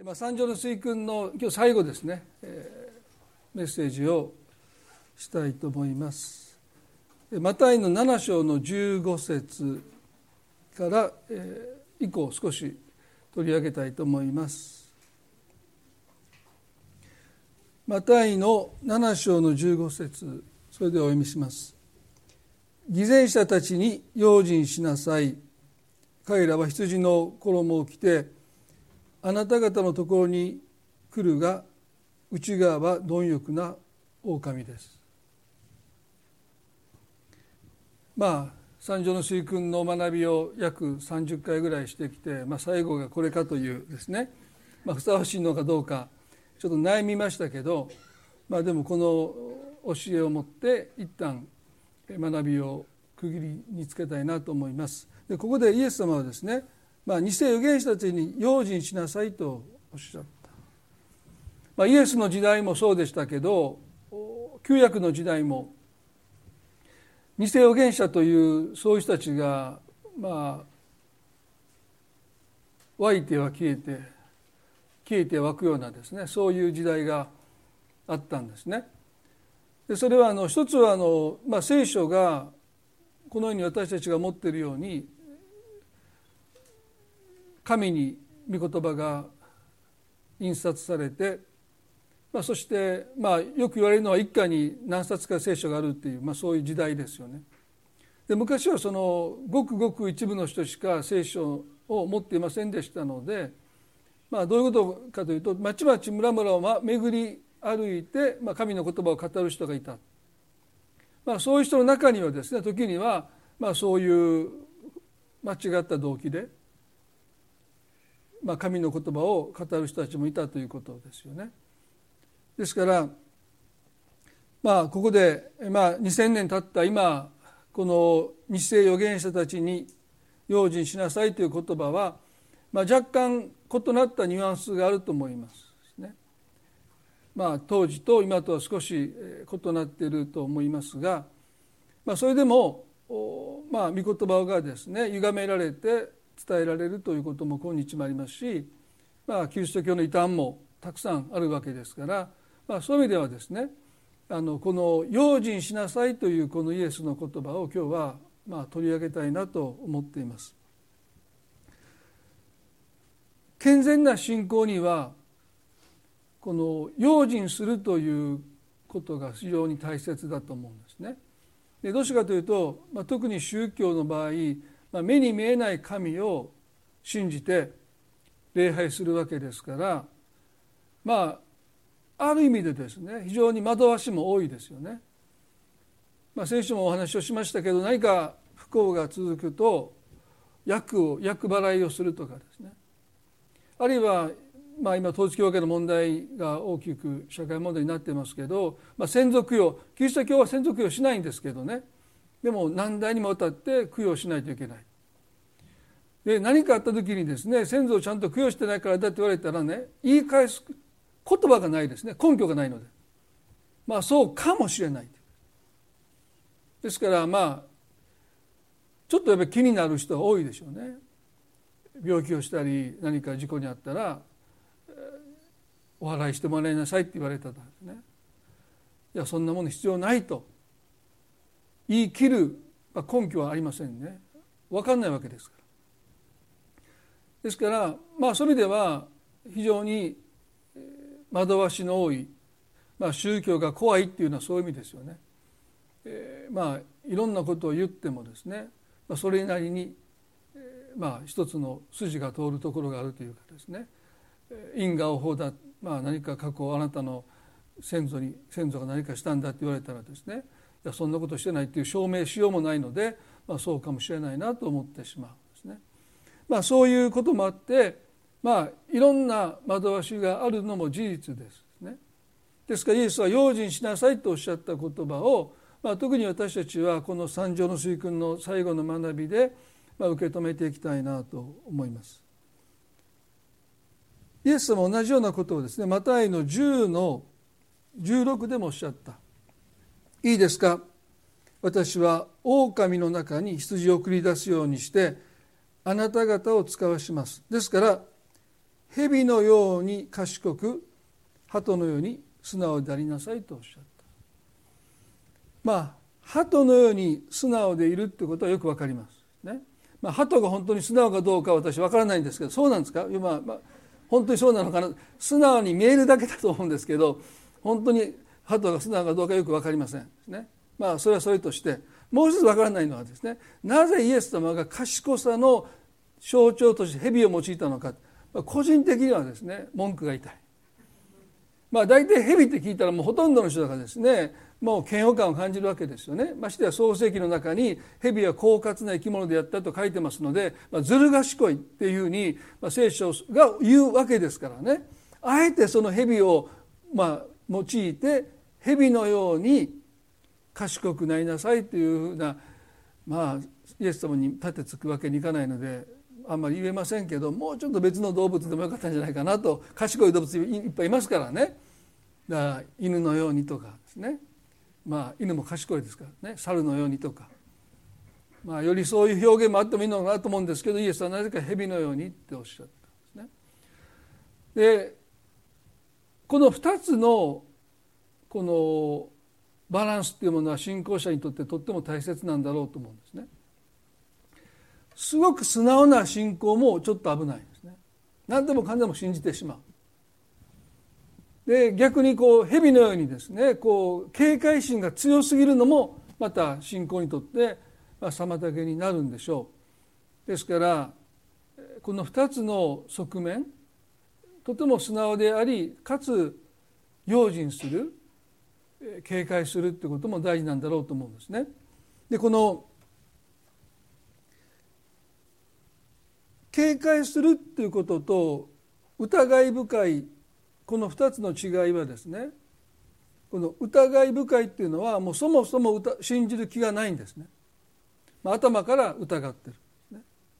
三条の水訓の今日最後ですね、メッセージをしたいと思います。マタイの7章の15節から、以降少し取り上げたいと思います。マタイの7章の15節、それでお読みします。偽善者たちに用心しなさい。彼らは羊の衣を着てあなた方のところに来るが、内側は貪欲な狼です。三条の水訓の学びを約30回ぐらいしてきて、最後がこれかというですね、ふさわしいのかどうかちょっと悩みましたけど、でもこの教えをもって一旦学びを区切りにつけたいなと思います。でここでイエス様はですね、偽預言者たちに用心しなさいとおっしゃった。イエスの時代もそうでしたけど、旧約の時代も偽預言者というそういう人たちが湧いては消えて湧くようなですね、そういう時代があったんですね。でそれは一つは聖書がこのように私たちが持っているように神に御言葉が印刷されて、そしてよく言われるのは一家に何冊か聖書があるっていう、そういう時代ですよね。で昔はそのごくごく一部の人しか聖書を持っていませんでしたので、どういうことかというと、まちまち村々を巡り歩いて、神の言葉を語る人がいた。そういう人の中にはですね、時にはそういう間違った動機で神の言葉を語る人たちもいたということですよね。ですからここで2000年経った今、この偽預言者たちに用心しなさいという言葉は、若干異なったニュアンスがあると思いますね。当時と今とは少し異なっていると思いますが、それでも御言葉がですね歪められて伝えられるということも今日もありますし、キリスト教の異端もたくさんあるわけですから、そういう意味ではですね、この用心しなさいというこのイエスの言葉を今日は取り上げたいなと思っています。健全な信仰にはこの用心するということが非常に大切だと思うんですね。でどうしてかというと、特に宗教の場合、目に見えない神を信じて礼拝するわけですから、ある意味でですね、非常に惑わしも多いですよね。先週もお話をしましたけど、何か不幸が続くと厄払いをするとかですね、あるいは今統一教会の問題が大きく社会問題になっていますけど、先祖供養、キリスト教は先祖供養しないんですけどね、でも何代にもわたって供養しないといけない。で何かあった時にですね、先祖をちゃんと供養してないからだって言われたらね、言い返す言葉がないですね、根拠がないので、そうかもしれない。ですからちょっとやっぱり気になる人が多いでしょうね。病気をしたり何か事故にあったらお祓いしてもらいなさいって言われたんですね。いやそんなもの必要ないと言い切る根拠はありませんね。分かんないわけですから。ですからそういう意味では非常に惑わしの多い、宗教が怖いっていうのはそういう意味ですよね。いろんなことを言ってもですね、それなりに一つの筋が通るところがあるというかですね、因果応報だ、何か過去あなたの先祖が何かしたんだって言われたらですね、いやそんなことしてないっていう証明しようもないので、そうかもしれないなと思ってしまうんですね。そういうこともあって、いろんな惑わしがあるのも事実ですね。ですからイエスは用心しなさいとおっしゃった言葉を、特に私たちはこの三条の水訓の最後の学びで受け止めていきたいなと思います。イエス様同じようなことをですね、マタイの10の16でもおっしゃった。いいですか、私は狼の中に羊を送り出すようにしてあなた方を使わします。ですから蛇のように賢く、鳩のように素直でありなさいとおっしゃった。鳩のように素直でいるということはよくわかりますね。鳩が本当に素直かどうかは私わからないんですけど、そうなんですか？本当にそうなのかな。素直に見えるだけだと思うんですけど、本当に鳩が素直かどうかよくわかりませんね。それはそれとして、もう一つわからないのはですね、なぜイエス様が賢さの象徴として蛇を用いたのか。個人的にはですね、文句が痛い。大体蛇って聞いたらもうほとんどの人がですね、もう嫌悪感を感じるわけですよね。ましてや創世記の中に蛇は狡猾な生き物であったと書いてますので、ずる賢いっていうふうに聖書が言うわけですからね。あえてその蛇を用いて、蛇のように賢くなりなさいというふうな、イエス様に立てつくわけにいかないのであんまり言えませんけど、もうちょっと別の動物でもよかったんじゃないかなと。賢い動物いっぱいいますからね。だから犬のようにとかですね、犬も賢いですからね、猿のようにとか、よりそういう表現もあってもいいのかなと思うんですけど、イエスはなぜか蛇のようにっておっしゃったんですね。でこの2つのこのバランスっていうものは信仰者にとってとっても大切なんだろうと思うんですね。すごく素直な信仰もちょっと危ないですね。何でもかんでも信じてしまう。で逆に蛇のようにですね、警戒心が強すぎるのもまた信仰にとって妨げになるんでしょう。ですからこの2つの側面、とても素直でありかつ用心する、警戒するってことも大事なんだろうと思うんですね。でこの警戒するっていうことと疑い深い、この2つの違いはですね、この疑い深いっていうのはもうそもそも信じる気がないんですね。頭から疑ってる、だ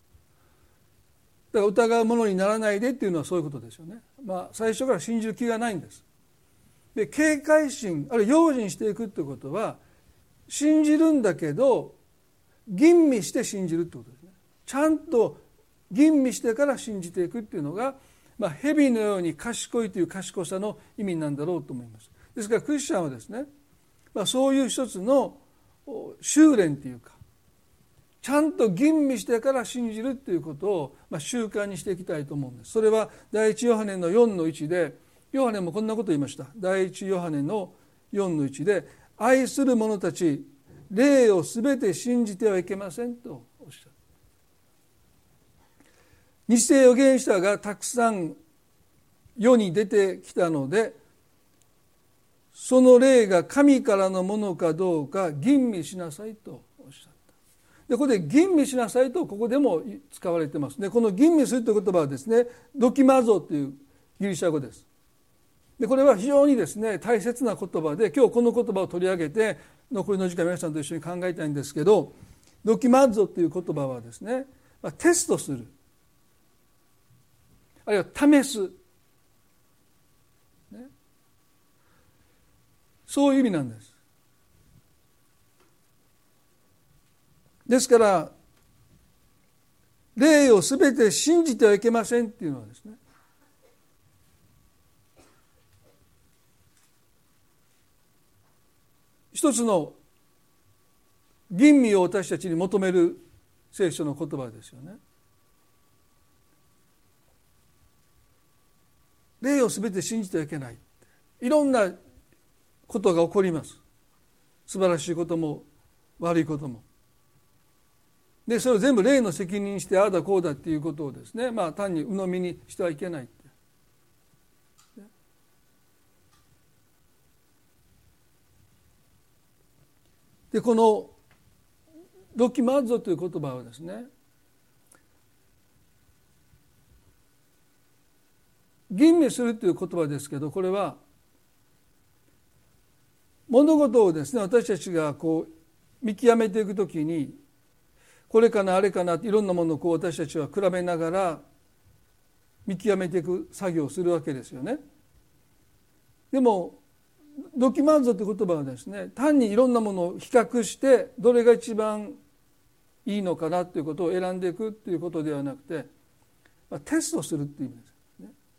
から疑うものにならないでっていうのはそういうことですよね。最初から信じる気がないんです。で警戒心あるいは用心していくっていうことは、信じるんだけど吟味して信じるってことですね。ちゃんと吟味してから信じていくっていうのが、蛇のように賢いという賢さの意味なんだろうと思います。ですからクリスチャンはですね、そういう一つの修練というか、ちゃんと吟味してから信じるということを習慣にしていきたいと思うんです。それは第一ヨハネの 4-1 で、ヨハネもこんなことを言いました。第一ヨハネの 4-1 で、愛する者たち、霊をすべて信じてはいけませんとおっしゃる。偽預言者がたくさん世に出てきたので、その霊が神からのものかどうか吟味しなさいとおっしゃった。でここで吟味しなさいとここでも使われています。でこの吟味するという言葉はですね、ドキマゾというギリシャ語です。でこれは非常にですね大切な言葉で、今日この言葉を取り上げて残りの時間皆さんと一緒に考えたいんですけど、ドキマゾという言葉はですね、テストする、あるいは試す、そういう意味なんです。ですから霊をすべて信じてはいけませんっていうのはですね、一つの吟味を私たちに求める聖書の言葉ですよね。霊をすべて信じてはいけない。いろんなことが起こります。素晴らしいことも悪いことも。でそれを全部霊の責任にしてああだこうだっていうことをですね、単に鵜呑みにしてはいけない。でこのドキマッゾという言葉はですね、吟味するという言葉ですけど、これは物事をですね、私たちが見極めていくときに、これかなあれかなっていろんなものを私たちは比べながら見極めていく作業をするわけですよね。でもドキマンゾという言葉はですね、単にいろんなものを比較してどれが一番いいのかなということを選んでいくということではなくて、テストするっていう意味ですね。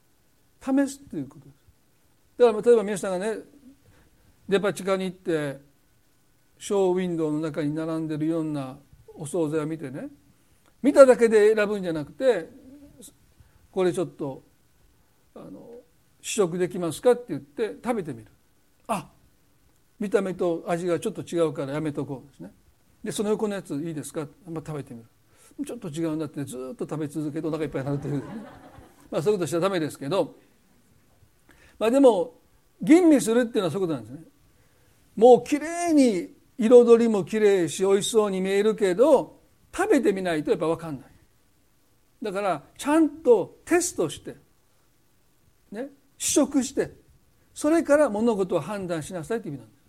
試すということです。だから例えば皆さんがねデパ地下に行ってショーウィンドウの中に並んでるようなお惣菜を見てね、見ただけで選ぶんじゃなくて、これちょっと試食できますかって言って食べてみる。あ、見た目と味がちょっと違うからやめとこうですね。でその横のやついいですか、食べてみる。ちょっと違うんだってずっと食べ続けてお腹いっぱいになるという、ね、そういうことしちゃダメですけど、でも吟味するっていうのはそういうことなんですね。もうきれいに彩りもきれいし美味しそうに見えるけど、食べてみないとやっぱ分かんない。だからちゃんとテストしてね、試食して、それから物事を判断しなさいという意味なんです、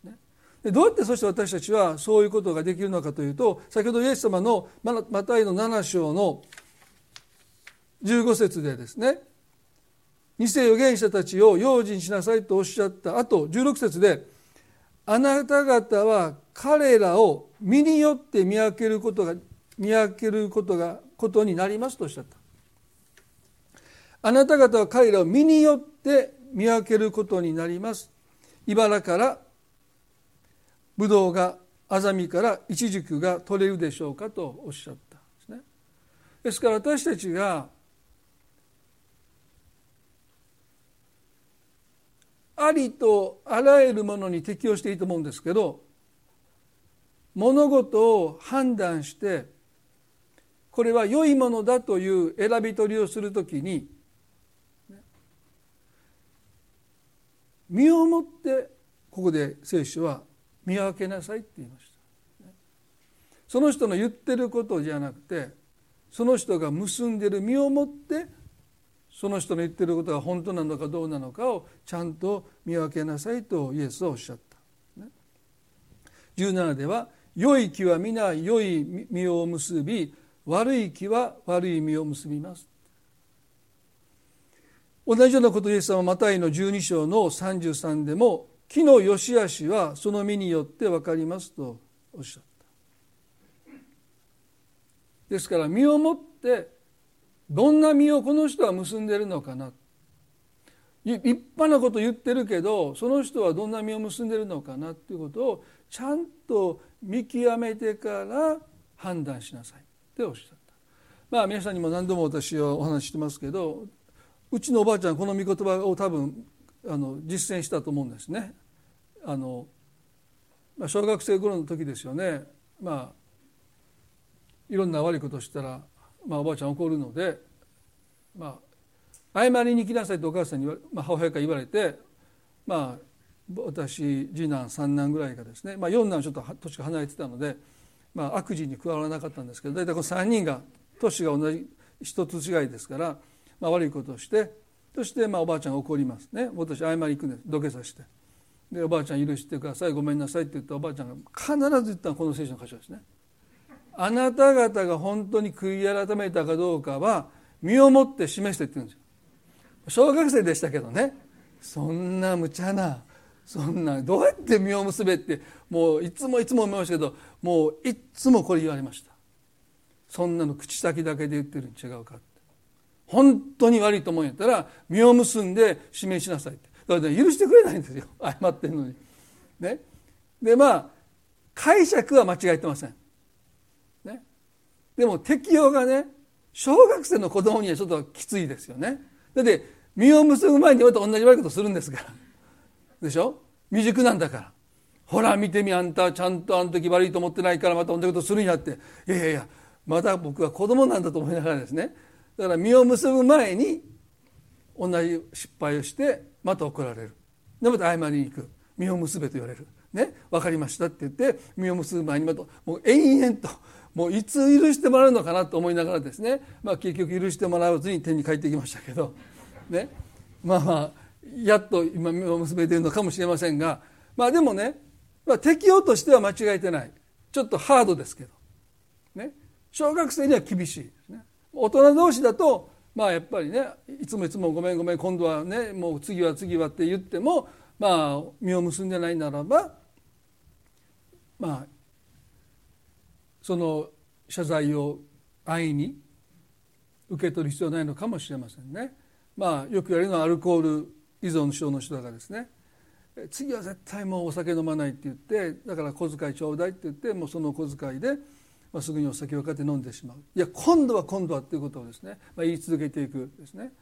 ね、でどうやってそして私たちはそういうことができるのかというと、先ほどイエス様のマタイの7章の15節でですね、偽預言者たちを用心しなさいとおっしゃった後、16節で、あなた方は彼らを身によって見分けることになりますとおっしゃった。あなた方は彼らを身によって見分けることになります。茨からブドウが、アザミからイチジクが取れるでしょうかとおっしゃったんですね。ですから私たちがありとあらゆるものに適応していいと思うんですけど、物事を判断してこれは良いものだという選び取りをするときに、身をもってここで聖書は見分けなさいって言いました。その人の言ってることじゃなくて、その人が結んでいる身をもってその人の言っていることが本当なのかどうなのかをちゃんと見分けなさいとイエスはおっしゃった。17では、良い木は皆良い実を結び、悪い木は悪い実を結びます。同じようなことをイエス様はマタイの12章の33でも、木の良し悪しはその実によって分かりますとおっしゃった。ですから実をもってどんな実をこの人は結んでいるのかな、立派なこと言ってるけどその人はどんな実を結んでいるのかなということをちゃんと見極めてから判断しなさいっておっしゃった。皆さんにも何度も私はお話ししてますけど、うちのおばあちゃんこの御言葉を多分実践したと思うんですね。小学生頃の時ですよね。いろんな悪いことをしたら、おばあちゃん怒るので、謝りに来なさいとお母さんに母親から言われて、私次男三男ぐらいがですね、四男はちょっと年が離れてたので、悪事に加わらなかったんですけど、大体この3人が年が同じ一つ違いですから、悪いことをして、そしておばあちゃんが怒りますね。私謝りに行くんです。土下座して、でおばあちゃん許してください、ごめんなさいって言ったおばあちゃんが必ず言ったのはこの聖書の箇所ですね。あなた方が本当に悔い改めたかどうかは身をもって示してって言うんですよ。小学生でしたけどね、そんな無茶な、そんなどうやって実を結べって、もういつも思いましたけど、もういつもこれ言われました。そんなの口先だけで言ってるに違うかって。本当に悪いと思うんやったら実を結んで示しなさいって。だから、許してくれないんですよ、謝ってるのにね。で解釈は間違えてませんね。でも適用がね、小学生の子供にはちょっときついですよね。だって実を結ぶ前にまた同じ悪いことするんですからでしょ。未熟なんだから、ほら見てみ、あんたちゃんとあの時悪いと思ってないからまた同じことするんやって、いやまだ僕は子供なんだと思いながらですね、だから実を結ぶ前に同じ失敗をしてまた怒られる。でまた謝りに行く。実を結べと言われるね。分かりましたって言って実を結ぶ前にまたもう延々と、もういつ許してもらうのかなと思いながらですね、結局許してもらわずに天に帰ってきましたけどね。やっと今実を結べているのかもしれませんが、でもね、適用としては間違えてない。ちょっとハードですけどね、小学生には厳しいですね。大人同士だとやっぱりね、いつもごめん今度はね、もう次はって言っても、実を結んでないならばその謝罪を安易に受け取る必要はないのかもしれませんね。 よくやるのはアルコール依存症の人がですね、次は絶対もうお酒飲まないって言って、だから小遣いちょうだいって言って、もうその小遣いですぐにお酒を買って飲んでしまう。いや今度はっていうことをですね、言い続けていくですね。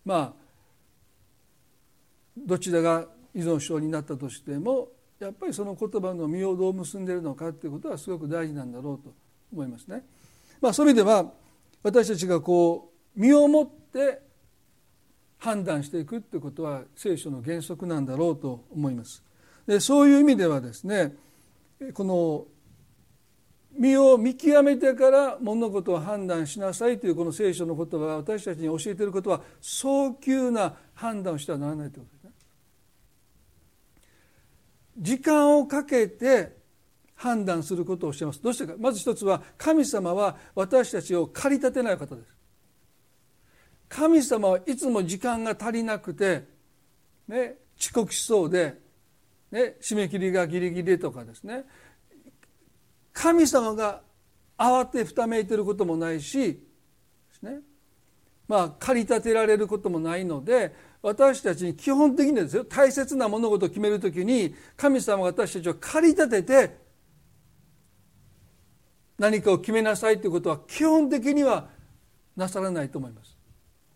どちらが依存症になったとしても、やっぱりその言葉の実をどう結んでいるのかということはすごく大事なんだろうと思いますね。そういう意味では私たちが身をもって判断していくということは聖書の原則なんだろうと思います。でそういう意味ではですね、この身を見極めてから物事を判断しなさいというこの聖書の言葉が私たちに教えていることは、早急な判断をしてはならないということですね。時間をかけて判断することをしています。どうしてか。まず一つは、神様は私たちを駆り立てない方です。神様はいつも時間が足りなくて、遅刻しそうで、締め切りがギリギリとかですね、神様が慌てふためいていることもないしですね、駆り立てられることもないので、私たちに基本的にですよ、大切な物事を決めるときに神様が私たちを駆り立てて何かを決めなさいということは基本的にはなさらないと思います。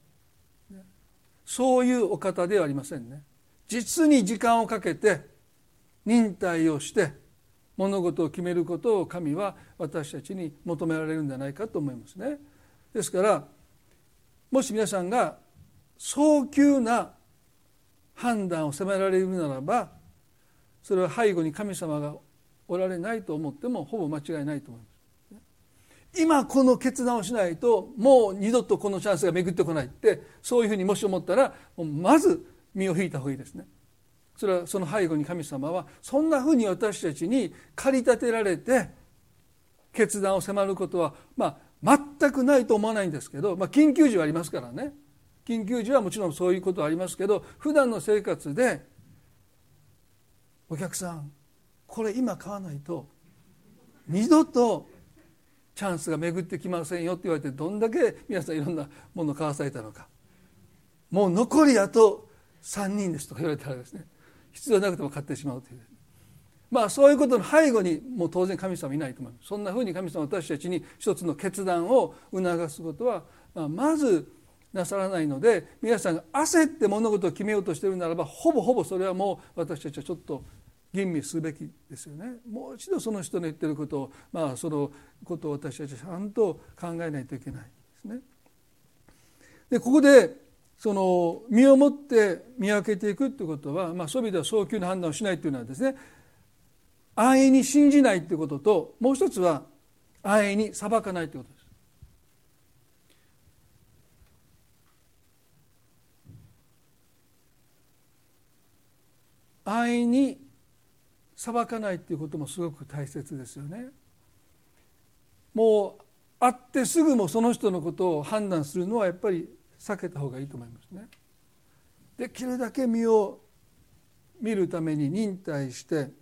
そういうお方ではありませんね。実に時間をかけて忍耐をして物事を決めることを神は私たちに求められるんじゃないかと思いますね。ですからもし皆さんが早急な判断を迫られるならば、それは背後に神様がおられないと思ってもほぼ間違いないと思います。今この決断をしないともう二度とこのチャンスが巡ってこないって、そういうふうにもし思ったらまず身を引いた方がいいですね。それはその背後に神様はそんなふうに私たちに駆り立てられて決断を迫ることは全くないと思わないんですけど、緊急時はありますからね。緊急時はもちろんそういうことはありますけど、普段の生活でお客さんこれ今買わないと二度とチャンスが巡ってきませんよって言われて、どんだけ皆さんいろんなものを買わされたのか。もう残りあと3人ですとか言われたらですね、必要なくても買ってしまうという、そういうことの背後にもう当然神様いないと思います。そんなふうに神様は私たちに一つの決断を促すことはまずなさらないので、皆さんが焦って物事を決めようとしているならば、ほぼそれはもう私たちはちょっと吟味するべきですよね。もう一度その人の言っていることを、そのことを私たちはちゃんと考えないといけないですね。でここでその身をもって見分けていくということは、そういう意味では早急な判断をしないというのはですね、安易に信じないということと、もう一つは安易に裁かないということです。安易に裁かないということもすごく大切ですよね。もう会ってすぐもその人のことを判断するのはやっぱり避けた方がいいと思いますね。できるだけ身を見るために忍耐して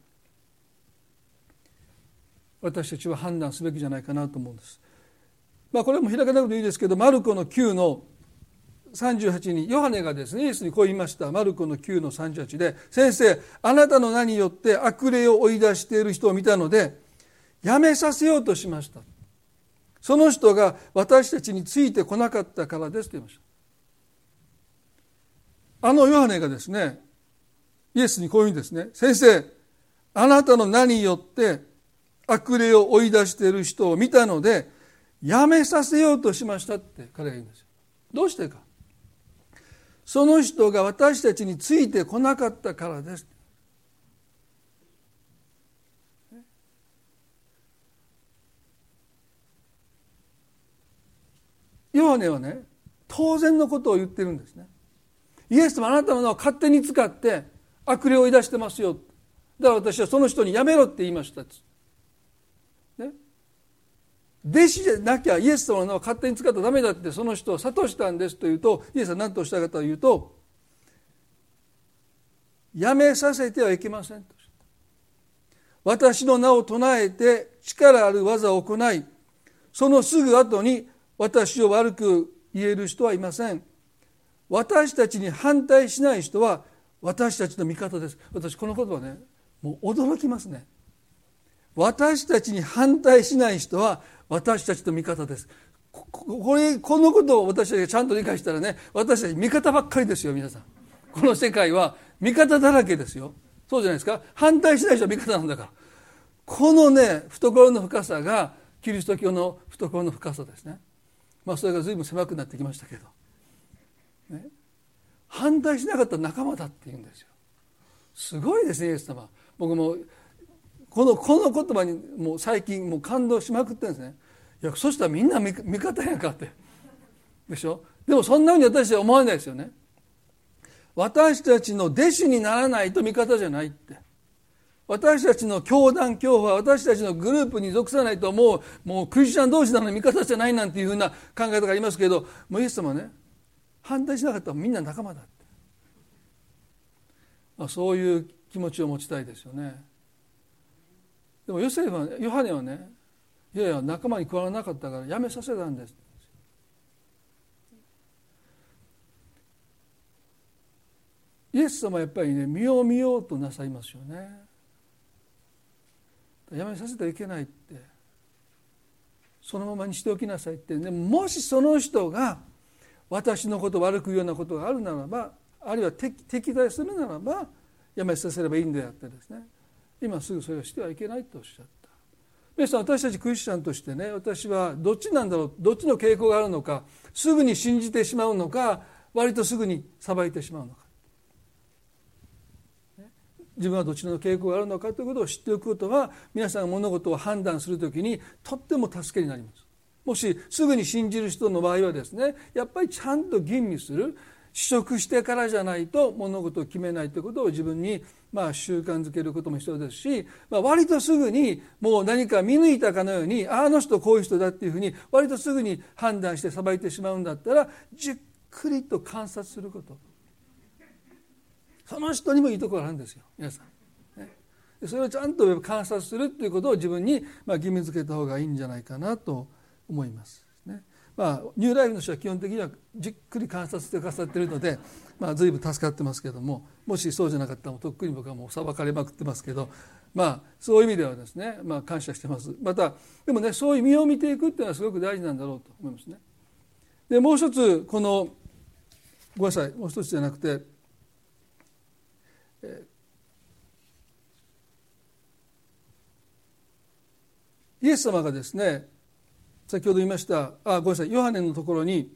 私たちは判断すべきじゃないかなと思うんです。これも開かなくていいですけど、マルコの9の38にヨハネがですね、イエスにこう言いました。マルコの9の38で、先生、あなたの名によって悪霊を追い出している人を見たのでやめさせようとしました。その人が私たちについてこなかったからですと言いました。ヨハネがですね、イエスにこう言うんですね。先生、あなたの名によって悪霊を追い出している人を見たのでやめさせようとしましたって彼が言うんですよ。どうしてか。その人が私たちについてこなかったからです。ヨハネはね、当然のことを言ってるんですね。イエス様、あなたの名を勝手に使って悪霊を追い出してますよ。だから私はその人にやめろって言いました。ね、弟子じゃなきゃイエス様の名を勝手に使ったらダメだってその人を諭したんですというと、イエスは何とおっしゃるかというと、やめさせてはいけませんと。私の名を唱えて力ある技を行い、そのすぐ後に私を悪く言える人はいません。 私たちに反対しない人は私たちの味方です。私この言葉ね、もう驚きますね。私たちに反対しない人は私たちの味方です。このことを私たちがちゃんと理解したらね、私たち味方ばっかりですよ。皆さん、この世界は味方だらけですよ。そうじゃないですか。反対しない人は味方なんだから。このね、懐の深さがキリスト教の懐の深さですね。それが随分狭くなってきましたけど、ね、反対しなかったら仲間だって言うんですよ。すごいですね、イエス様。僕もこの言葉にもう最近もう感動しまくってるんですね。いや、そしたらみんな味方やんかってでしょ。でもそんなふうに私は思わないですよね。私たちの弟子にならないと味方じゃないって。私たちの教団教派、私たちのグループに属さないともうクリスチャン同士なのに味方じゃないなんていうふうな考え方がありますけど、もうイエス様はね、反対しなかったらみんな仲間だって、そういう気持ちを持ちたいですよね。でもヨハネはね、いやいや仲間に加わらなかったからやめさせたんです。イエス様はやっぱりね、見ようとなさいますよね。やめさせてはいけないって、そのままにしておきなさいって、ね、もしその人が私のことを悪く言うようなことがあるならば、あるいは敵対するならばやめさせればいいんであってですね、今すぐそれをしてはいけないとおっしゃった。皆さん、私たちクリスチャンとしてね、私はどっちなんだろう、どっちの傾向があるのか、すぐに信じてしまうのか、割とすぐに裁いてしまうのか、自分はどちらの傾向があるのかということを知っておくことは、皆さんが物事を判断するときにとっても助けになります。もしすぐに信じる人の場合はですね、やっぱりちゃんと吟味する、試食してからじゃないと物事を決めないということを自分に習慣づけることも必要ですし、割とすぐにもう何か見抜いたかのように、あの人こういう人だっていうふうに割とすぐに判断して裁いてしまうんだったら、じっくりと観察すること、その人にもいいところがあるんですよ、皆さん、ね、それをちゃんと観察するということを自分に義務付けた方がいいんじゃないかなと思います、ね。ニューライフの人は基本的にはじっくり観察してくださっているので、随分助かってますけども、もしそうじゃなかったらとっくに僕はもう裁かれまくってますけど、そういう意味ではですね、感謝してます。またでもね、そういう身を見ていくっていうのはすごく大事なんだろうと思いますね。でもう一つ、ごめんなさい、もう一つじゃなくて、イエス様がですね、先ほど言いましたごめんなさい、ヨハネのところに、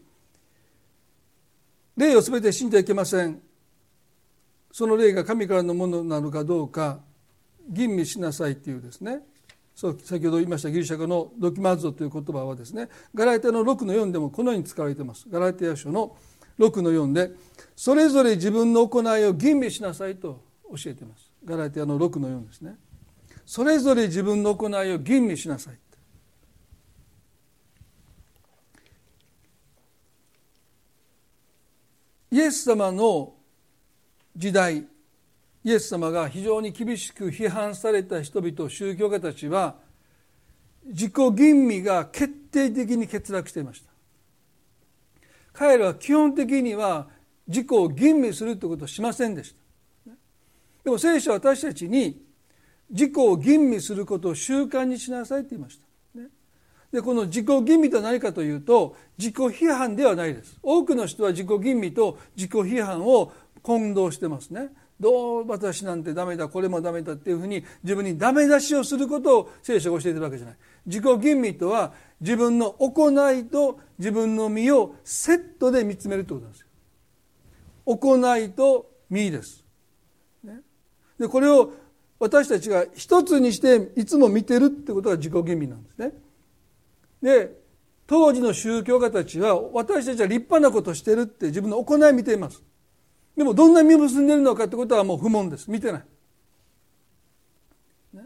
霊をすべて信じてはいけません、その霊が神からのものなのかどうか吟味しなさいっていうですね、先ほど言いましたギリシャ語のドキマゾという言葉はですね、ガラテヤの6の4でもこのように使われています。ガラテヤ書の6の4で、それぞれ自分の行いを吟味しなさいと教えています。ガラテヤの6の4ですね。それぞれ自分の行いを吟味しなさい。イエス様の時代、イエス様が非常に厳しく批判された人々、宗教家たちは自己吟味が決定的に欠落していました。彼らは基本的には自己を吟味するということをしませんでした。でも聖書は私たちに自己を吟味することを習慣にしなさいと言いました。でこの自己吟味とは何かというと、自己批判ではないです。多くの人は自己吟味と自己批判を混同してますね。どう私なんてダメだ、これもダメだっていうふうに自分にダメ出しをすることを聖書が教えているわけじゃない。自己吟味とは自分の行いと自分の身をセットで見つめるということなんですよ。行いと身です、ね、でこれを私たちが一つにしていつも見てるってことが自己吟味なんですね。で当時の宗教家たちは、私たちは立派なことをしてるって自分の行いを見ています。でもどんな実を結んでいるのかってことはもう不問です。見てない、ね、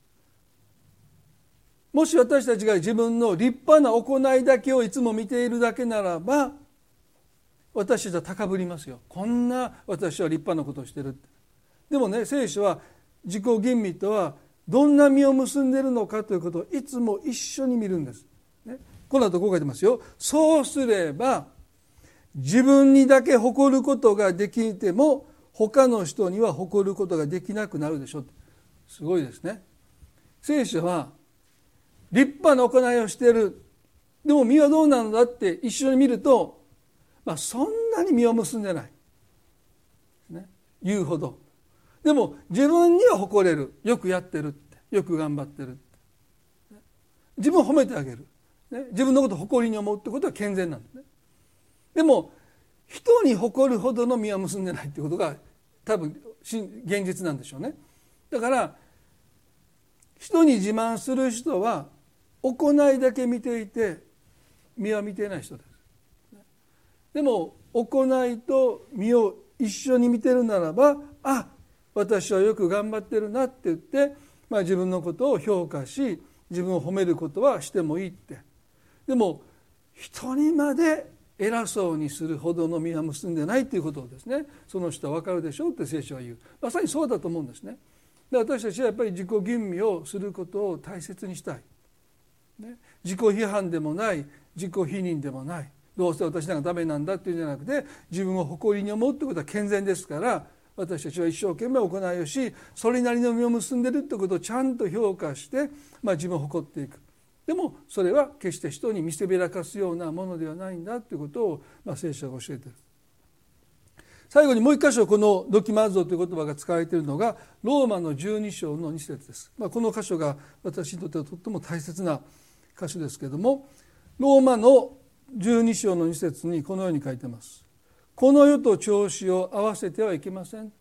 もし私たちが自分の立派な行いだけをいつも見ているだけならば、私たちは高ぶりますよ。こんな私は立派なことをしてるって。でもね、聖書は自己吟味とはどんな実を結んでいるのかということをいつも一緒に見るんです、ね、この後こう書いてますよ。そうすれば自分にだけ誇ることができても他の人には誇ることができなくなるでしょう。すごいですね。聖書は立派な行いをしている、でも実はどうなのだって一緒に見ると、そんなに実を結んでない、ね、言うほど。でも自分には誇れる、よくやってるって、よく頑張ってるって、自分を褒めてあげる、ね、自分のことを誇りに思うってことは健全なんですね。でも人に誇るほどの実は結んでないってことが多分現実なんでしょうね。だから人に自慢する人は行いだけ見ていて実は見ていない人です。でも行いと実を一緒に見てるならば、私はよく頑張ってるなって言って、自分のことを評価し自分を褒めることはしてもいいって。でも人にまで偉そうにするほどの実は結んでないということをですね、その人は分かるでしょうって聖書は言う。まさにそうだと思うんですね。で、私たちはやっぱり自己吟味をすることを大切にしたい、ね、自己批判でもない自己否認でもない、どうせ私なんかダメなんだっていうんじゃなくて、自分を誇りに思うってことは健全ですから、私たちは一生懸命行いをし、それなりの実を結んでるってことをちゃんと評価して、自分を誇っていく。でもそれは決して人に見せびらかすようなものではないんだということを、聖書が教えている。最後にもう一箇所、このドキマーゾという言葉が使われているのがローマの12章の2節です。この箇所が私にとってはとっても大切な箇所ですけれども、ローマの12章の2節にこのように書いています。この世と調子を合わせてはいけません。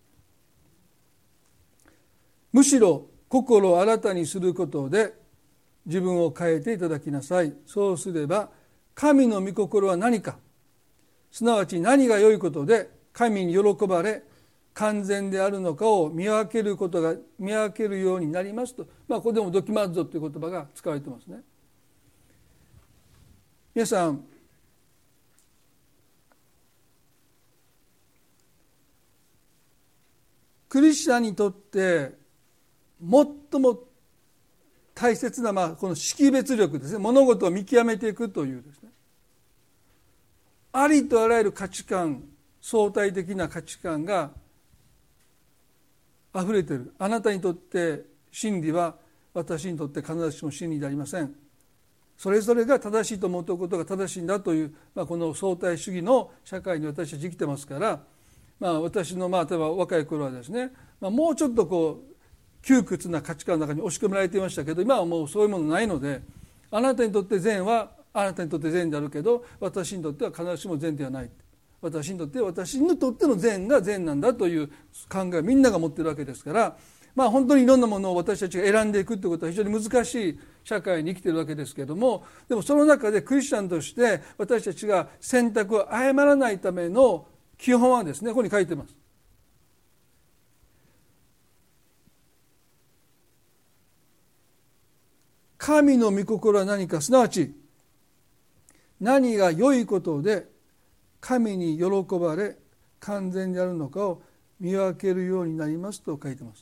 むしろ心を新たにすることで自分を変えていただきなさい。そうすれば神の御心は何か、すなわち何が良いことで神に喜ばれ完全であるのかを見分けるようになりますと、ここでもドキマッゾという言葉が使われていますね。皆さん、クリスチャンにとって最も大切な、この識別力ですね、物事を見極めていくというですね、ありとあらゆる価値観、相対的な価値観があふれている。あなたにとって真理は私にとって必ずしも真理でありません。それぞれが正しいと思うことが正しいんだという、この相対主義の社会に私たち生きてますから、私の例えば若い頃はですね、もうちょっと窮屈な価値観の中に押し込められていましたけど、今はもうそういうものないので、あなたにとって善はあなたにとって善であるけど、私にとっては必ずしも善ではない。私にとっての善が善なんだという考えをみんなが持っているわけですから、本当にいろんなものを私たちが選んでいくということは非常に難しい社会に生きているわけですけれども、でもその中でクリスチャンとして私たちが選択を誤らないための基本はですね、ここに書いてます。神の御心は何か、すなわち何が良いことで神に喜ばれ完全であるのかを見分けるようになりますと書いてます。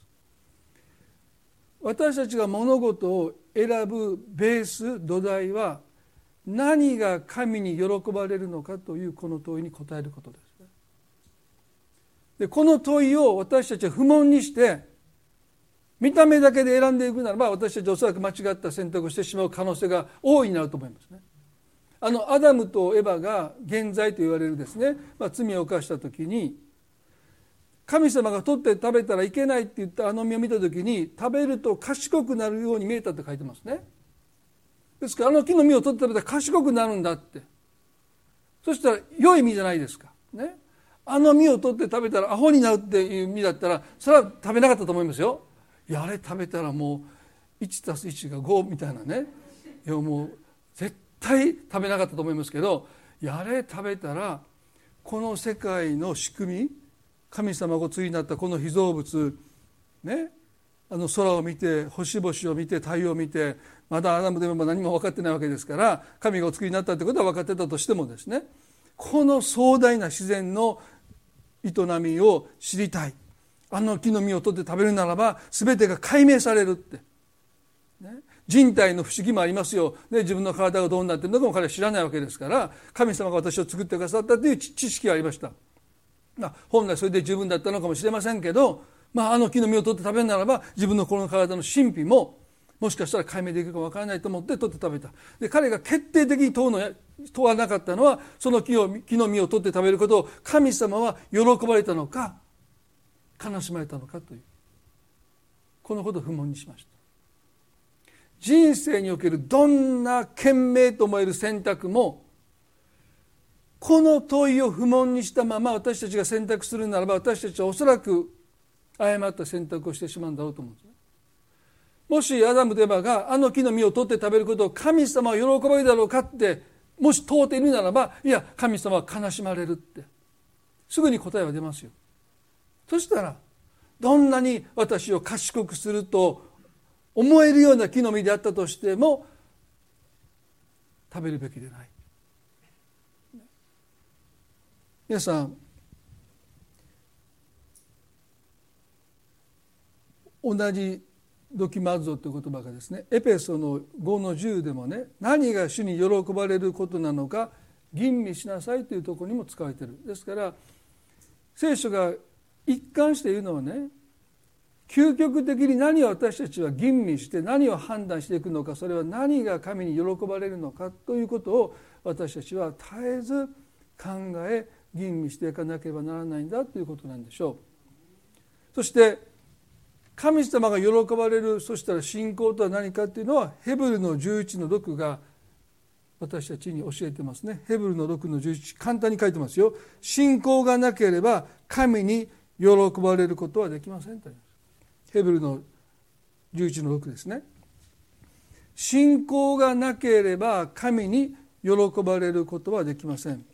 私たちが物事を選ぶベース、土台は何が神に喜ばれるのかというこの問いに答えることです。で、この問いを私たちは不問にして見た目だけで選んでいくならば、私たちはおそらく間違った選択をしてしまう可能性が大いになると思いますね。アダムとエバが原罪と言われるですね、罪を犯した時に神様が取って食べたらいけないって言った実を見た時に、食べると賢くなるように見えたって書いてますね。ですから木の実を取って食べたら賢くなるんだって、そしたら良い実じゃないですかね。実を取って食べたらアホになるっていう実だったら、それは食べなかったと思いますよ。あれ食べたらもう 1+1 が5みたいなね、もう絶対食べなかったと思いますけど、あれ食べたらこの世界の仕組み、神様がお作りになったこの被造物ね、空を見て星々を見て太陽を見て、まだアダムでも何も分かってないわけですから、神がお作りになったということは分かってたとしてもですね、この壮大な自然の営みを知りたい、木の実を取って食べるならば全てが解明されるって、ね、 人体の不思議もありますよ、ね、自分の体がどうなっているのかも彼は知らないわけですから、神様が私を作ってくださったという知識がありました。本来それで十分だったのかもしれませんけど、あの木の実を取って食べるならば自分のこの体の神秘ももしかしたら解明できるか分からないと思って取って食べた。で、彼が決定的に問わなかったのは、その木の実を取って食べることを神様は喜ばれたのか悲しまれたのかという、このことを不問にしました。人生におけるどんな賢明と思える選択も、この問いを不問にしたまま私たちが選択するならば、私たちはおそらく誤った選択をしてしまうんだろうと思うんです。もしアダムとエバがあの木の実を取って食べることを神様は喜ばれるだろうかってもし問うているならば、いや、神様は悲しまれるってすぐに答えは出ますよ。そしたらどんなに私を賢くすると思えるような木の実であったとしても食べるべきでない。皆さん、同じドキマッゾという言葉がですね、エペソの5の10でもね、何が主に喜ばれることなのか吟味しなさいというところにも使われている。ですから聖書が一貫して言うのはね、究極的に何を私たちは吟味して何を判断していくのか、それは何が神に喜ばれるのかということを私たちは絶えず考え吟味していかなければならないんだということなんでしょう。そして神様が喜ばれる、そしたら信仰とは何かというのはヘブルの11の6が私たちに教えてますね。ヘブルの6の11、簡単に書いてますよ。信仰がなければ神に喜ばれることはできませんと。ヘブルの11の6ですね。信仰がなければ神に喜ばれることはできません。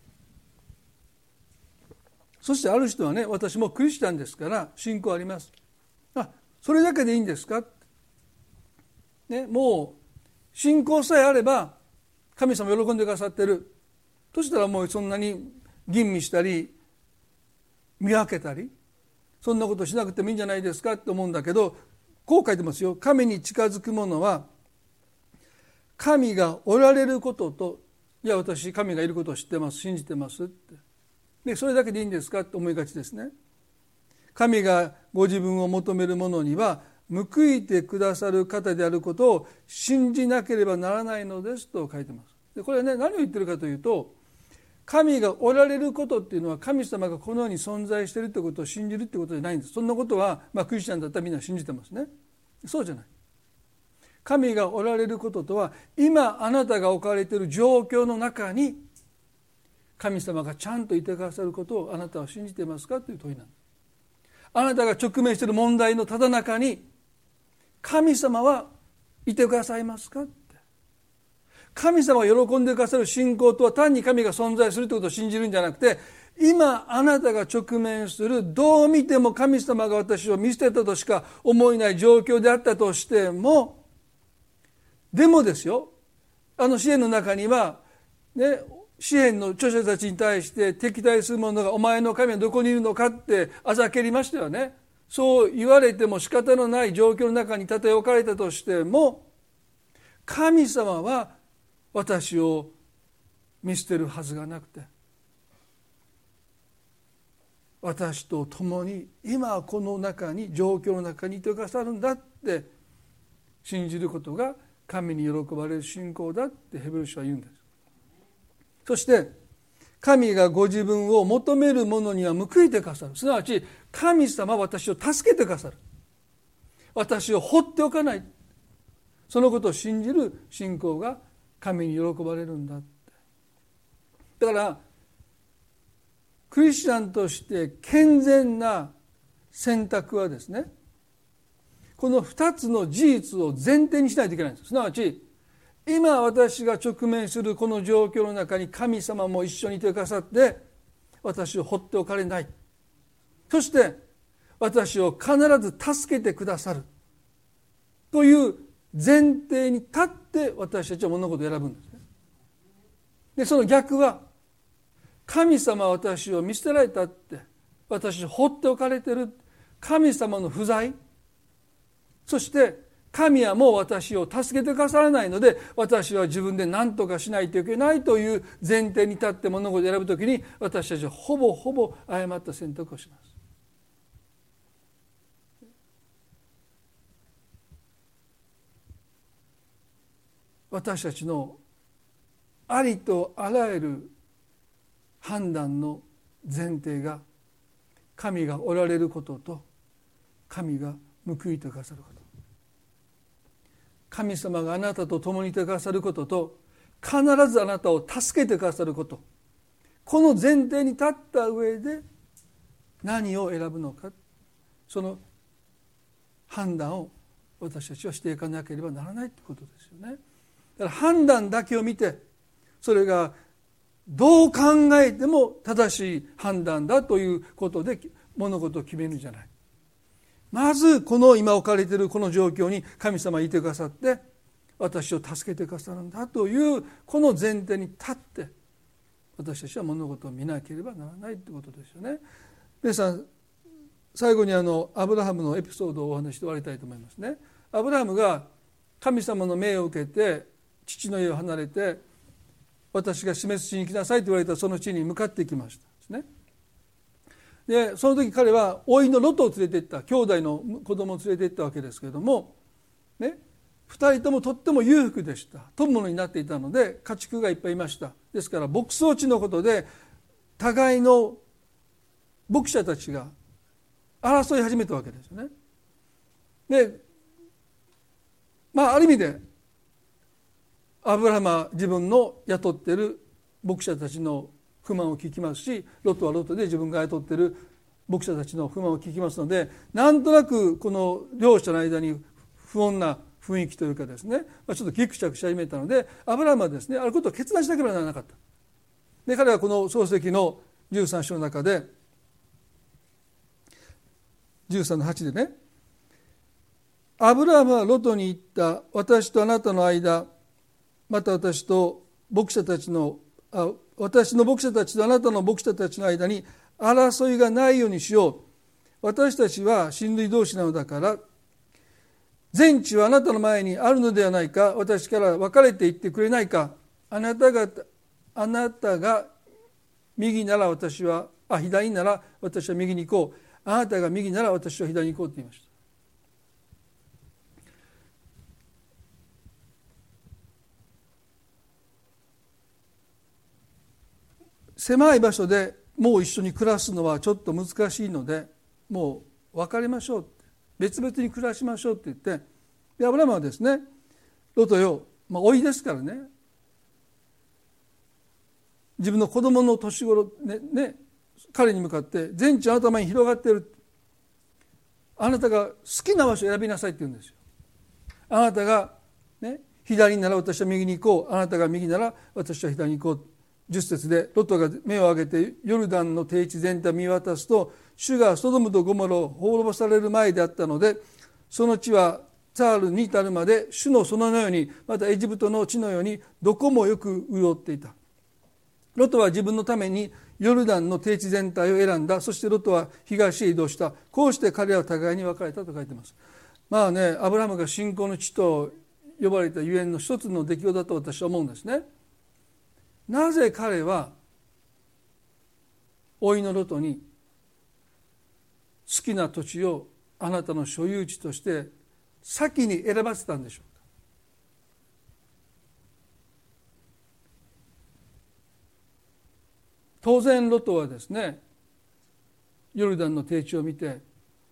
そしてある人はね、私もクリスチャンですから信仰あります。それだけでいいんですか、ね、もう信仰さえあれば神様喜んでくださってる。そしたらもうそんなに吟味したり見分けたりそんなことしなくてもいいんじゃないですかって思うんだけど、こう書いてますよ。神に近づく者は神がおられることと、いや私神がいることを知ってます、信じてますって、でそれだけでいいんですかって思いがちですね。神がご自分を求める者には報いてくださる方であることを信じなければならないのですと書いてます。でこれはね、何を言ってるかというと、神がおられることっていうのは神様がこの世に存在しているということを信じるということじゃないんです。そんなことは、クリスチャンだったらみんな信じてますね。そうじゃない。神がおられることとは、今あなたが置かれている状況の中に神様がちゃんといてくださることをあなたは信じていますかという問いなんです。あなたが直面している問題のただ中に神様はいてくださいますかって。神様が喜んでくださる信仰とは単に神が存在するということを信じるんじゃなくて、今あなたが直面するどう見ても神様が私を見捨てたとしか思えない状況であったとしても、でもですよ、あの詩篇の中にはね、詩篇の著者たちに対して敵対する者がお前の神はどこにいるのかってあざけりましたよね。そう言われても仕方のない状況の中にたとえ置かれたとしても、神様は私を見捨てるはずがなくて、私と共に今この中に状況の中にいてくださるんだって信じることが神に喜ばれる信仰だってヘブル書は言うんです。そして神がご自分を求める者には報いてくださる。すなわち神様は私を助けてくださる。私を放っておかない。そのことを信じる信仰が神に喜ばれるんだって。だからクリスチャンとして健全な選択はですね、この2つの事実を前提にしないといけないんです。すなわち今私が直面するこの状況の中に神様も一緒にいてくださって私を放っておかれない。そして私を必ず助けてくださるという前提に立って私たちは物事を選ぶんですね。でその逆は、神様は私を見捨てられたって、私を放っておかれている、神様の不在、そして神はもう私を助けてくださらないので、私は自分で何とかしないといけないという前提に立って物事を選ぶときに、私たちはほぼ誤った選択をします。私たちのありとあらゆる判断の前提が、神がおられることと神が報いてくださること、神様があなたと共にいてくださることと、必ずあなたを助けてくださること、この前提に立った上で何を選ぶのか、その判断を私たちはしていかなければならないということですよね。だから判断だけを見て、それがどう考えても正しい判断だということで物事を決めるんじゃない。まずこの今置かれているこの状況に神様がいてくださって、私を助けてくださるんだというこの前提に立って、私たちは物事を見なければならないということですよね。皆さん、最後にアブラハムのエピソードをお話して終わりたいと思いますね。アブラハムが神様の命を受けて父の家を離れて、私が示す地に行きなさいと言われたその地に向かってきましたですね。でその時彼は甥のロトを連れて行った、兄弟の子供を連れて行ったわけですけれども、ね、2人ともとっても裕福でした。富む者になっていたので家畜がいっぱいいました。ですから牧草地のことで互いの牧者たちが争い始めたわけですよね。である意味でアブラハムは自分の雇っている牧者たちの不満を聞きますし、ロトはロトで自分が雇っている牧者たちの不満を聞きますので、なんとなくこの両者の間に不穏な雰囲気というかですね、ちょっとギクシャクし始めたので、アブラハムはですね、あることを決断しなければならなかった。で彼はこの創世記の13章の中で13の8でね、アブラハムはロトに言った。私とあなたの間、また私の牧者たちとあなたの牧者たちの間に争いがないようにしよう。私たちは親類同士なのだから、全地はあなたの前にあるのではないか。私から別れていってくれないか。あなたが右なら私は左なら私は右に行こう。あなたが右なら私は左に行こうと言いました。狭い場所でもう一緒に暮らすのはちょっと難しいので、もう別れましょう、別々に暮らしましょうって言って、でアブラハムはですね、ロトよ、老いですからね、自分の子供の年頃ね、彼に向かって全地あなたの前に広がっている、あなたが好きな場所を選びなさいって言うんですよ。あなたが、ね、左なら私は右に行こう、あなたが右なら私は左に行こう。10節でロトが目を上げてヨルダンの低地全体を見渡すと、主がソドムとゴモラを滅ぼされる前であったので、その地はツァールに至るまで主の園のように、またエジプトの地のようにどこもよく潤っていた。ロトは自分のためにヨルダンの低地全体を選んだ。そしてロトは東へ移動した。こうして彼らは互いに別れたと書いています。アブラハムが信仰の地と呼ばれたゆえんの一つの出来事だと私は思うんですね。なぜ彼は甥のロトに好きな土地をあなたの所有地として先に選ばせたんでしょうか。当然ロトはですね、ヨルダンの低地を見て、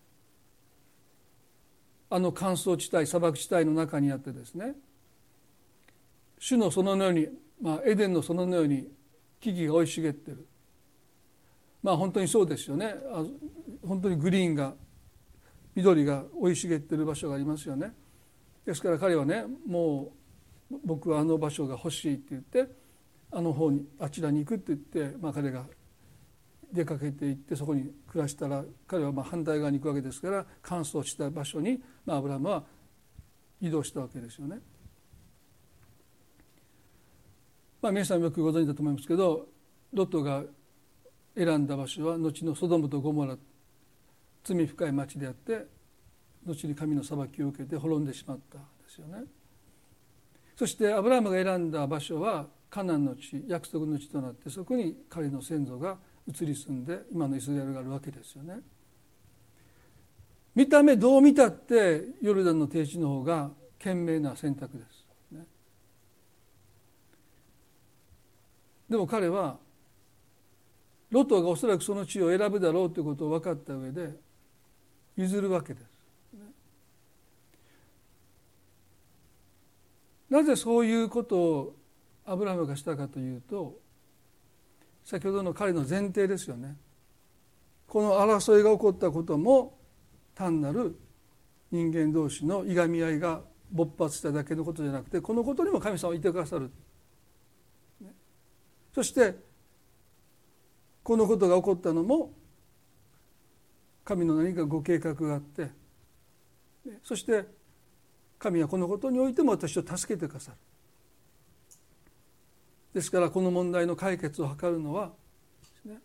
乾燥地帯、砂漠地帯の中にあってですね、主の園のように、エデンの園のように木々が生い茂っている。本当にそうですよね。本当にグリーンが、緑が生い茂っている場所がありますよね。ですから彼はね、もう僕はあの場所が欲しいって言って、あちらに行くって言って、彼が出かけていってそこに暮らしたら、彼は反対側に行くわけですから、乾燥した場所にアブラハムは移動したわけですよね。皆さんよくご存知だと思いますけど、ロトが選んだ場所は後のソドムとゴモラ、罪深い町であって、 後に神の裁きを受けて滅んでしまったんですよね。そしてアブラハムが選んだ場所はカナンの地、約束の地となって、そこに彼の先祖が移り住んで今のイスラエルがあるわけですよね。見た目どう見たってヨルダンの低地の方が賢明な選択です、ね、でも彼はロトがおそらくその地を選ぶだろうということを分かった上で譲るわけです、ね、なぜそういうことをアブラハムがしたかというと、先ほどの彼の前提ですよね。この争いが起こったことも単なる人間同士のいがみ合いが勃発しただけのことじゃなくて、このことにも神様はいてくださる、ね、そしてこのことが起こったのも神の何かご計画があって、そして神はこのことにおいても私を助けてくださる。ですからこの問題の解決を図るのはですね、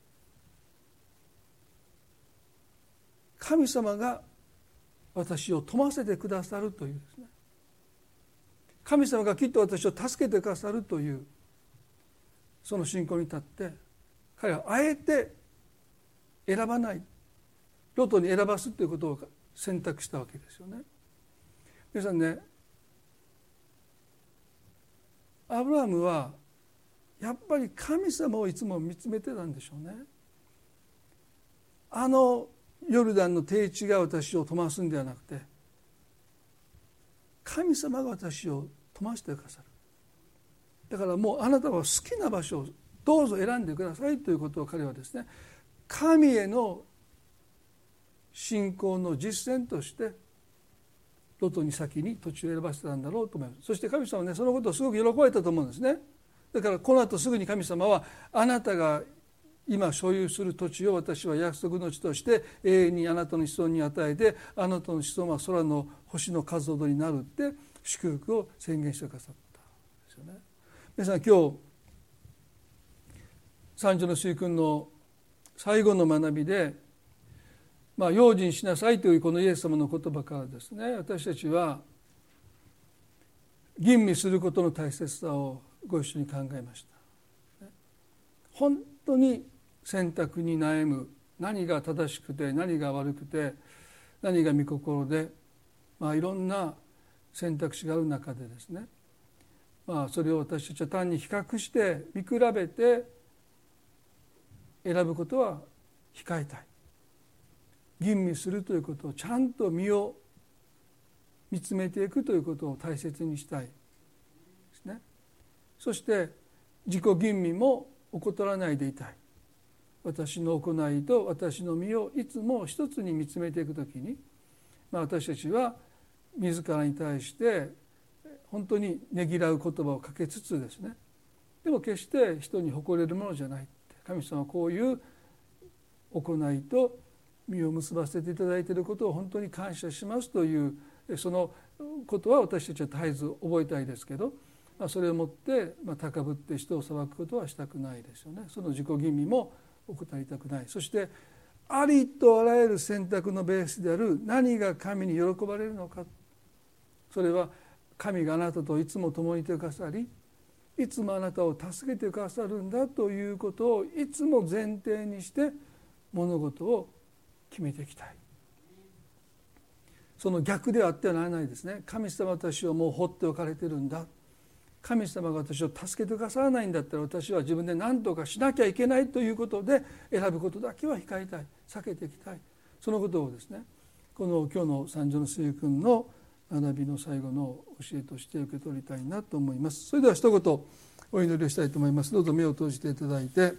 神様が私を富ませてくださるというですね、神様がきっと私を助けてくださるというその信仰に立って、彼はあえて選ばない、ロトに選ばすということを選択したわけですよね。皆さんね、アブラハムはやっぱり神様をいつも見つめてたんでしょうね。あのヨルダンの低地が私を富ますんではなくて、神様が私を富ませてくださる。だからもうあなたは好きな場所をどうぞ選んでくださいということを彼はですね、神への信仰の実践としてロトに先に土地を選ばせたんだろうと思います。そして神様はね、そのことをすごく喜ばれたと思うんですね。だからこの後すぐに神様は、あなたが今所有する土地を私は約束の地として永遠にあなたの子孫に与えて、あなたの子孫は空の星の数ほどになるって祝福を宣言してくださったんですよね。皆さん、今日三女の水訓の最後の学びで、用心しなさいというこのイエス様の言葉からですね、私たちは吟味することの大切さをご一緒に考えました。本当に選択に悩む、何が正しくて何が悪くて何が御心で、いろんな選択肢がある中でですね、それを私たちは単に比較して見比べて選ぶことは控えたい。吟味するということを、ちゃんと身を見つめていくということを大切にしたいですね。そして自己吟味も怠らないでいたい。私の行いと私の身をいつも一つに見つめていくときに、私たちは自らに対して本当にねぎらう言葉をかけつつですね、でも決して人に誇れるものじゃない。神様はこういう行いと身を結ばせていただいていることを本当に感謝しますという、そのことは私たちは絶えず覚えたいですけど、それをもって高ぶって人を裁くことはしたくないですよね。その自己吟味も怠りたくない。そしてありとあらゆる選択のベースである何が神に喜ばれるのか、それは神があなたといつも共にいてくださり、いつもあなたを助けてくださるんだということをいつも前提にして物事を決めていきたい。その逆ではあってはならないですね。神様は私をもう放っておかれてるんだ、神様が私を助けてくださらないんだったら私は自分で何とかしなきゃいけないということで選ぶことだけは控えたい、避けていきたい。そのことをですね、この今日の三女の水訓の学びの最後の教えとして受け取りたいなと思います。それでは一言お祈りをしたいと思います。どうぞ目を閉じていただいて、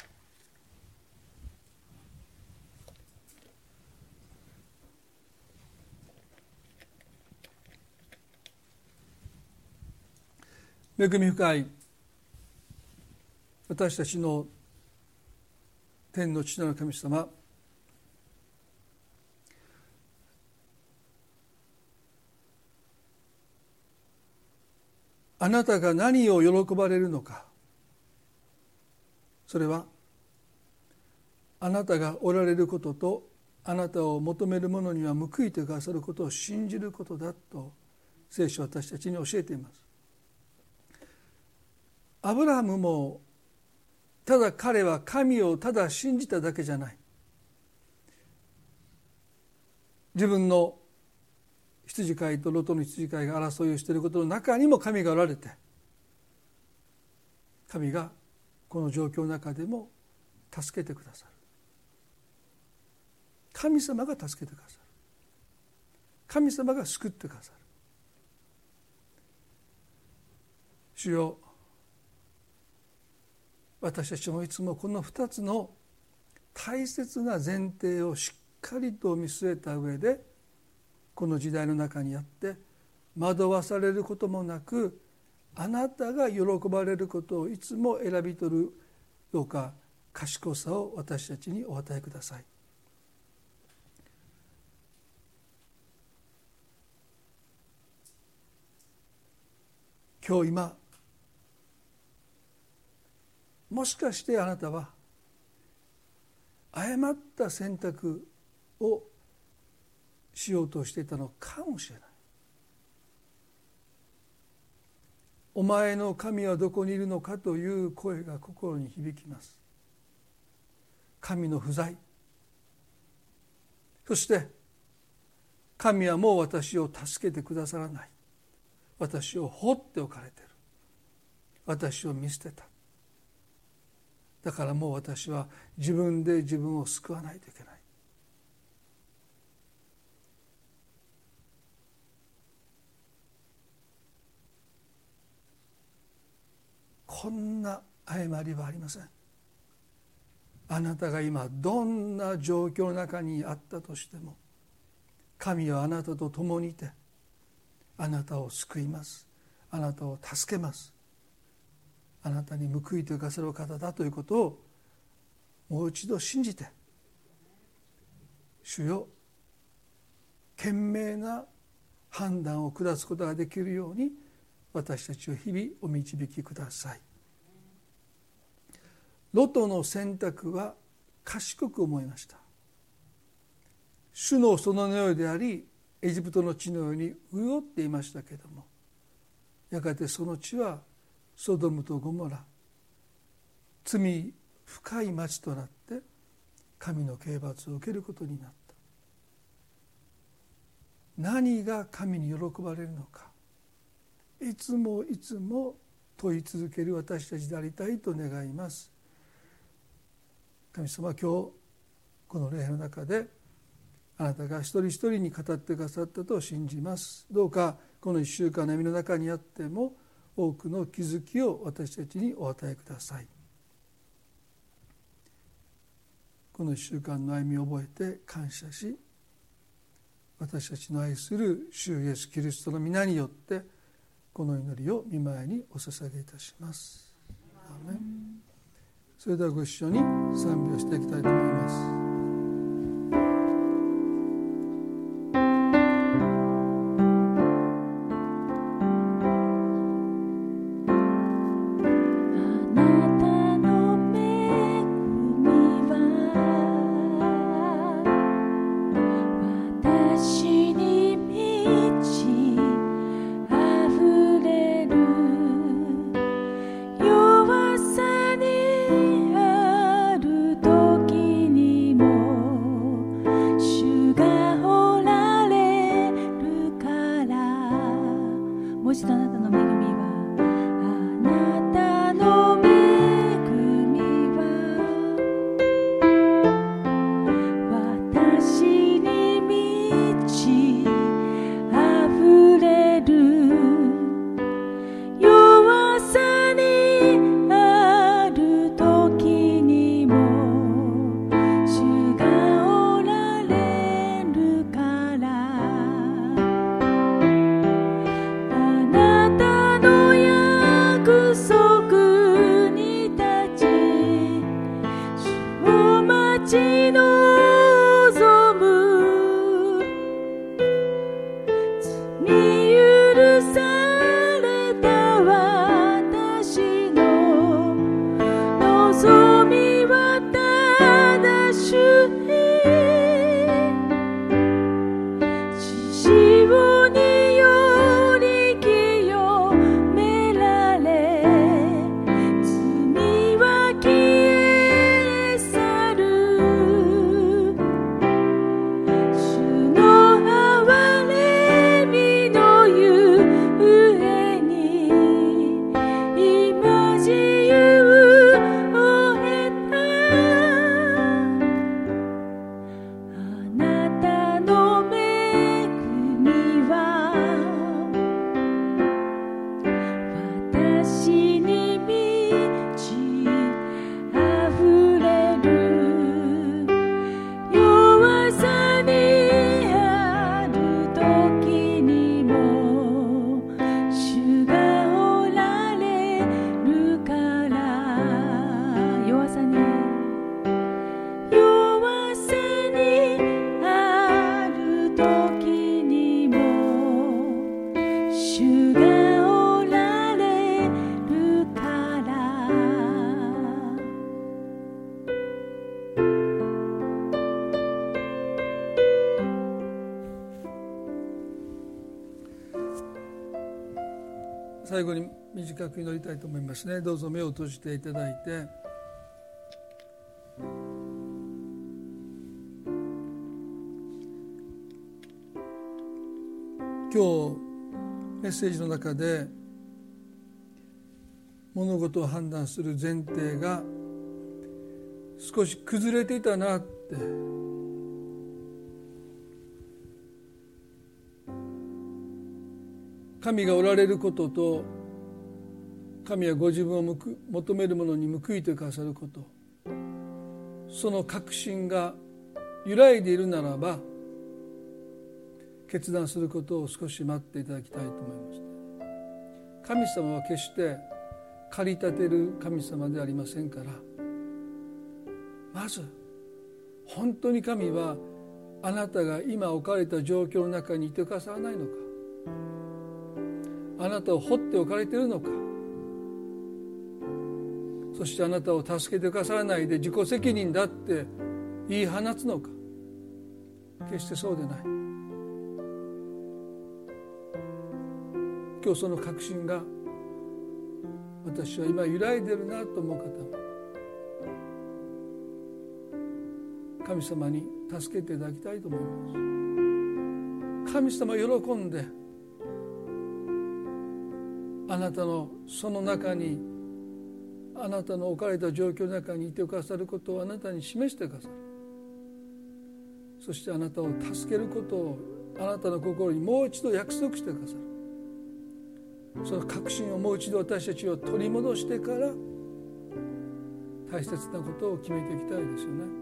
恵み深い私たちの天の父なる神様、あなたが何を喜ばれるのか、それはあなたがおられることとあなたを求める者には報いてくださることを信じることだと聖書は私たちに教えています。アブラハムもただ彼は神をただ信じただけじゃない。自分の羊飼いとロトの羊飼いが争いをしていることの中にも神がおられて、神がこの状況の中でも助けてくださる。神様が助けてくださる。神様が救ってくださる。主よ、私たちもいつもこの2つの大切な前提をしっかりと見据えた上でこの時代の中にあって惑わされることもなく、あなたが喜ばれることをいつも選び取るどうか賢さを私たちにお与えください。今日今もしかしてあなたは誤った選択をしようとしていたのかもしれない。お前の神はどこにいるのかという声が心に響きます。神の不在、そして神はもう私を助けてくださらない、私を放っておかれている、私を見捨てた、だからもう私は自分で自分を救わないといけない。こんな誤りはありません。あなたが今どんな状況の中にあったとしても、神はあなたと共にいてあなたを救います。あなたを助けます。あなたに報いてくださる方だということをもう一度信じて、主よ、賢明な判断を下すことができるように私たちを日々お導きください。ロトの選択は賢く思いました。主の園のようでありエジプトの地のように潤っていましたけれども、やがてその地はソドムとゴモラ、罪深い町となって神の刑罰を受けることになった。何が神に喜ばれるのか、いつもいつも問い続ける私たちでありたいと願います。神様、今日この礼拝の中であなたが一人一人に語ってくださったと信じます。どうかこの1週間の歩みの中にあっても多くの気づきを私たちにお与えください。この1週間の歩みを覚えて感謝し、私たちの愛する主イエスキリストの皆によってこの祈りを御前にお捧げいたします。アーメン。それではご一緒に賛美をしていきたいと思います。 弱さにある時に最後に短く祈りたいと思いますね。どうぞ目を閉じていただいて、今日メッセージの中で物事を判断する前提が少し崩れていたなって、神がおられることと神はご自分を求めるものに報いてくださること、その確信が揺らいでいるならば決断することを少し待っていただきたいと思います。神様は決して駆り立てる神様ではありませんから、まず本当に神はあなたが今置かれた状況の中にいてくださらないのか、あなたを放っておかれているのか、そしてあなたを助けてくださらないで自己責任だって言い放つのか。決してそうでない。今日その確信が私は今揺らいでるなと思う方は神様に助けていただきたいと思います。神様喜んであなたのその中に、あなたの置かれた状況の中にいてくださることをあなたに示してくださる。そしてあなたを助けることをあなたの心にもう一度約束してくださる。その確信をもう一度私たちを取り戻してから大切なことを決めていきたいですよね。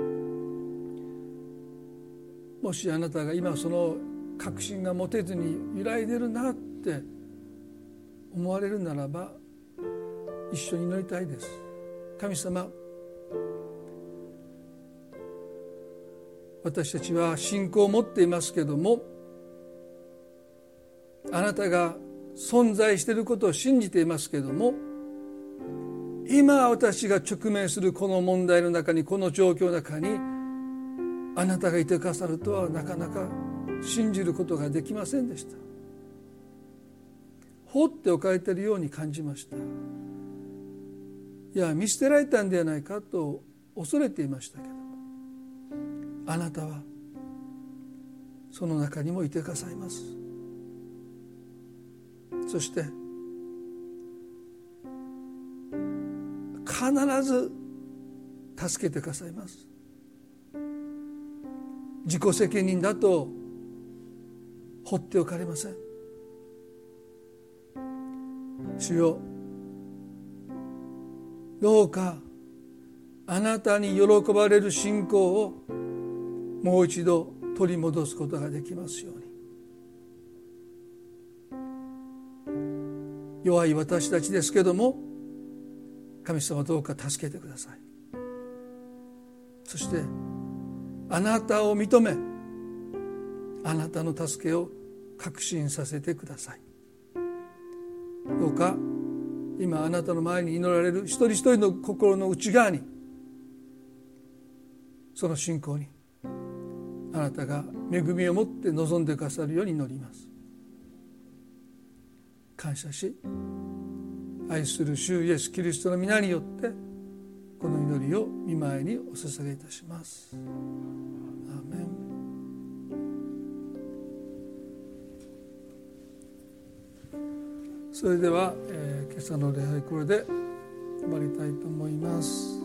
もしあなたが今その確信が持てずに揺らいでるなって思われるならば、一緒に祈りたいです。神様、私たちは信仰を持っていますけども、あなたが存在していることを信じていますけども、今私が直面するこの問題の中に、この状況の中にあなたがいてくださるとはなかなか信じることができませんでした。放っておかれているように感じました。いや、見捨てられたんではないかと恐れていましたけども、あなたはその中にもいてくださいます。そして必ず助けてくださいます。自己責任だと放っておかれません。主よ、どうかあなたに喜ばれる信仰をもう一度取り戻すことができますように。弱い私たちですけども、神様どうか助けてください。そしてあなたを認め、あなたの助けを確信させてください。どうか今あなたの前に祈られる一人一人の心の内側に、その信仰にあなたが恵みを持って臨んでくださるように祈ります。感謝し、愛する主イエスキリストの皆によってこの祈りを御前にお捧げいたします。アーメン。それでは、今朝の礼拝これで終わりたいと思います。